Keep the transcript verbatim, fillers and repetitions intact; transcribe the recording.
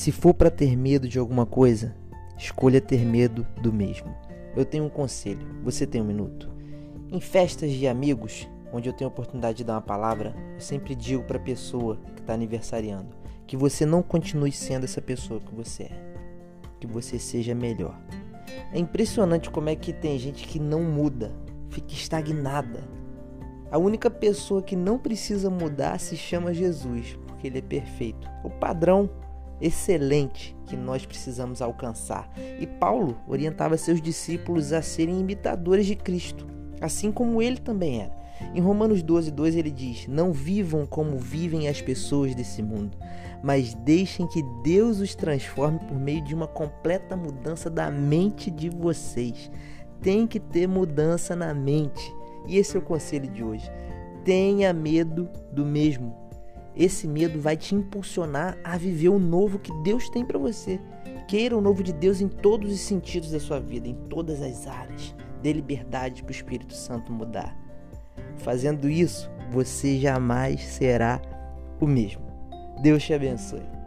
Se for para ter medo de alguma coisa, escolha ter medo do mesmo. Eu tenho um conselho, você tem um minuto? Em festas de amigos, onde eu tenho a oportunidade de dar uma palavra, eu sempre digo para a pessoa que está aniversariando que você não continue sendo essa pessoa que você é, que você seja melhor. É impressionante como é que tem gente que não muda, fica estagnada. A única pessoa que não precisa mudar se chama Jesus, porque ele é perfeito. O padrão excelente que nós precisamos alcançar. E Paulo orientava seus discípulos a serem imitadores de Cristo, assim como ele também era. Em Romanos doze, dois ele diz: não vivam como vivem as pessoas desse mundo, mas deixem que Deus os transforme por meio de uma completa mudança da mente de vocês. Tem que ter mudança na mente. E esse é o conselho de hoje. Tenha medo do mesmo. Esse medo vai te impulsionar a viver o novo que Deus tem para você. Queira o novo de Deus em todos os sentidos da sua vida, em todas as áreas. Dê liberdade para o Espírito Santo mudar. Fazendo isso, você jamais será o mesmo. Deus te abençoe.